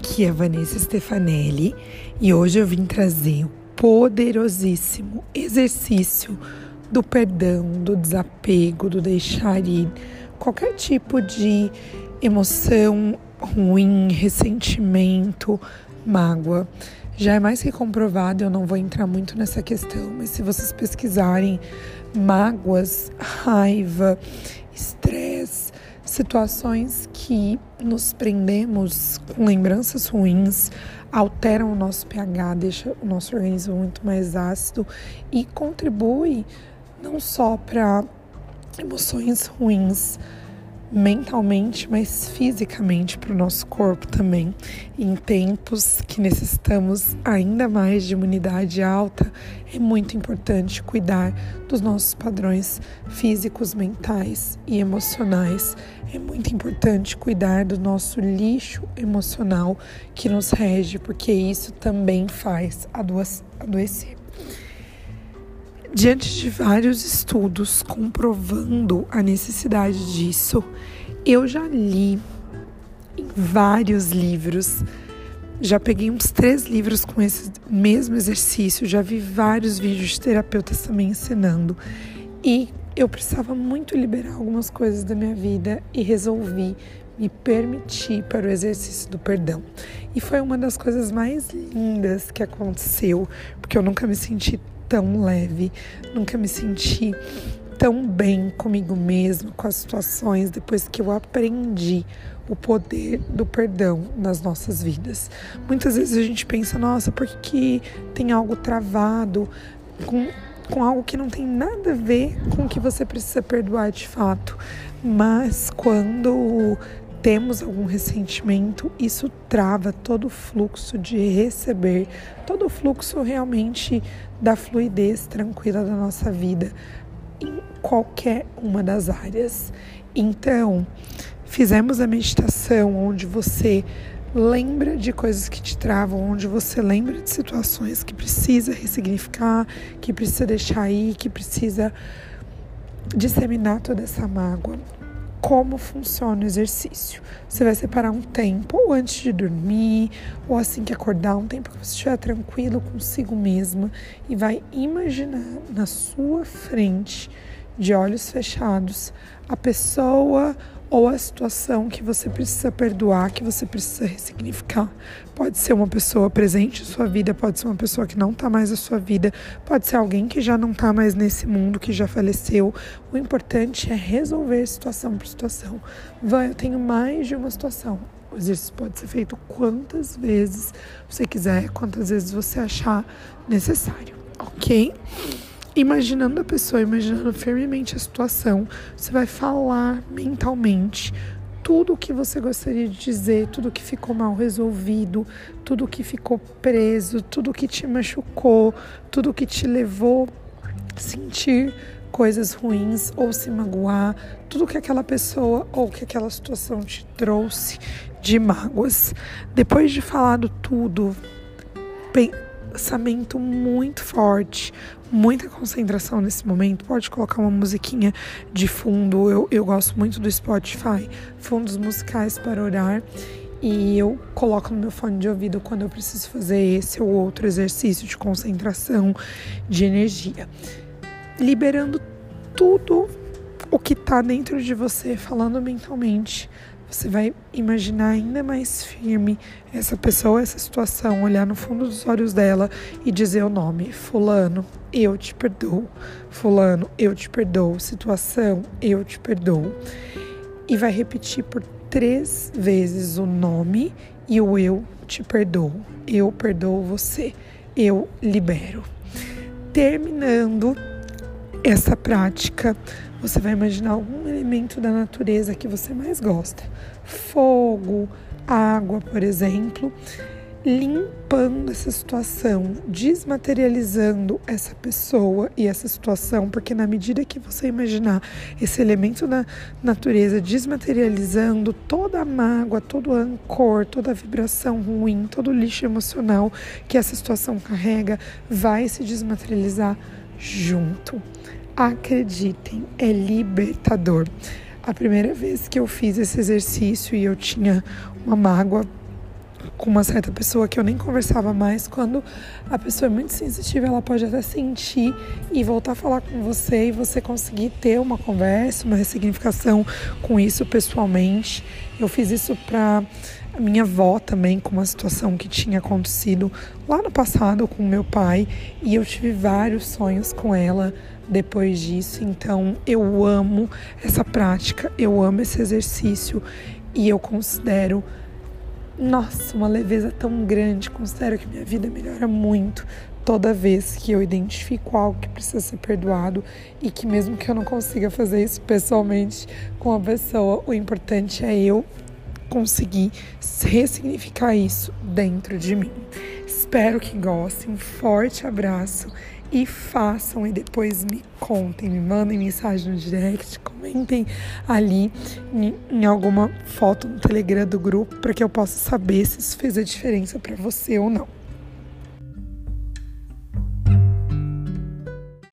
Aqui é Vanessa Stefanelli e hoje eu vim trazer o poderosíssimo exercício do perdão, do desapego, do deixar ir qualquer tipo de emoção ruim, ressentimento, mágoa. Já é mais que comprovado, eu não vou entrar muito nessa questão, mas se vocês pesquisarem mágoas, raiva, estresse, situações que nos prendemos com lembranças ruins, alteram o nosso pH, deixa o nosso organismo muito mais ácido e contribui não só para emoções ruins mentalmente, mas fisicamente para o nosso corpo também. Em tempos que necessitamos ainda mais de imunidade alta, é muito importante cuidar dos nossos padrões físicos, mentais e emocionais. É muito importante cuidar do nosso lixo emocional que nos rege, porque isso também faz adoecer. Diante de vários estudos comprovando a necessidade disso, eu já li em vários livros, já peguei uns 3 livros com esse mesmo exercício, já vi vários vídeos de terapeutas também ensinando e eu precisava muito liberar algumas coisas da minha vida e resolvi me permitir para o exercício do perdão. E foi uma das coisas mais lindas que aconteceu, porque eu nunca me senti tão leve, nunca me senti tão bem comigo mesma, com as situações, depois que eu aprendi o poder do perdão nas nossas vidas. Muitas vezes a gente pensa, nossa, por que tem algo travado com algo que não tem nada a ver com o que você precisa perdoar de fato, mas quando temos algum ressentimento, isso trava todo o fluxo de receber, todo o fluxo realmente da fluidez tranquila da nossa vida em qualquer uma das áreas. Então, fizemos a meditação onde você lembra de coisas que te travam, onde você lembra de situações que precisa ressignificar, que precisa deixar ir, que precisa disseminar toda essa mágoa. Como funciona o exercício? Você vai separar um tempo, ou antes de dormir, ou assim que acordar, um tempo que você estiver tranquilo consigo mesma e vai imaginar na sua frente, de olhos fechados, a pessoa ou a situação que você precisa perdoar, que você precisa ressignificar. Pode ser uma pessoa presente em sua vida, pode ser uma pessoa que não está mais na sua vida, pode ser alguém que já não está mais nesse mundo, que já faleceu. O importante é resolver situação por situação. Eu tenho mais de uma situação. O exercício pode ser feito quantas vezes você quiser, quantas vezes você achar necessário, ok? Imaginando a pessoa, imaginando firmemente a situação, você vai falar mentalmente tudo o que você gostaria de dizer, tudo que ficou mal resolvido, tudo que ficou preso, tudo que te machucou, tudo que te levou a sentir coisas ruins ou se magoar, tudo que aquela pessoa ou que aquela situação te trouxe de mágoas. Depois de falado tudo, pensamento muito forte, muita concentração nesse momento. Pode colocar uma musiquinha de fundo, eu gosto muito do Spotify, fundos musicais para orar, e eu coloco no meu fone de ouvido quando eu preciso fazer esse ou outro exercício de concentração, de energia, liberando tudo o que está dentro de você, falando mentalmente. Você vai imaginar ainda mais firme essa pessoa, essa situação, olhar no fundo dos olhos dela e dizer o nome: fulano, eu te perdoo. Fulano, eu te perdoo. Situação, eu te perdoo. E vai repetir por 3 vezes o nome e o eu te perdoo. Eu perdoo você. Eu libero. Terminando essa prática, você vai imaginar algum elemento da natureza que você mais gosta. Fogo, água, por exemplo, limpando essa situação, desmaterializando essa pessoa e essa situação, porque na medida que você imaginar esse elemento da natureza desmaterializando, toda a mágoa, todo o rancor, toda a vibração ruim, todo o lixo emocional que essa situação carrega, vai se desmaterializar junto. Acreditem, é libertador. A primeira vez que eu fiz esse exercício e eu tinha uma mágoa com uma certa pessoa que eu nem conversava mais. Quando a pessoa é muito sensitiva, ela pode até sentir e voltar a falar com você e você conseguir ter uma conversa, uma ressignificação com isso pessoalmente. Eu fiz isso para a minha avó também, com uma situação que tinha acontecido lá no passado com meu pai, e eu tive vários sonhos com ela depois disso. Então eu amo essa prática, eu amo esse exercício e eu considero, nossa, uma leveza tão grande. Considero que minha vida melhora muito toda vez que eu identifico algo que precisa ser perdoado, e que mesmo que eu não consiga fazer isso pessoalmente com a pessoa, o importante é eu conseguir ressignificar isso dentro de mim. Espero que gostem, um forte abraço e façam, e depois me contem, me mandem mensagem no direct, comentem ali em alguma foto no Telegram do grupo, para que eu possa saber se isso fez a diferença para você ou não.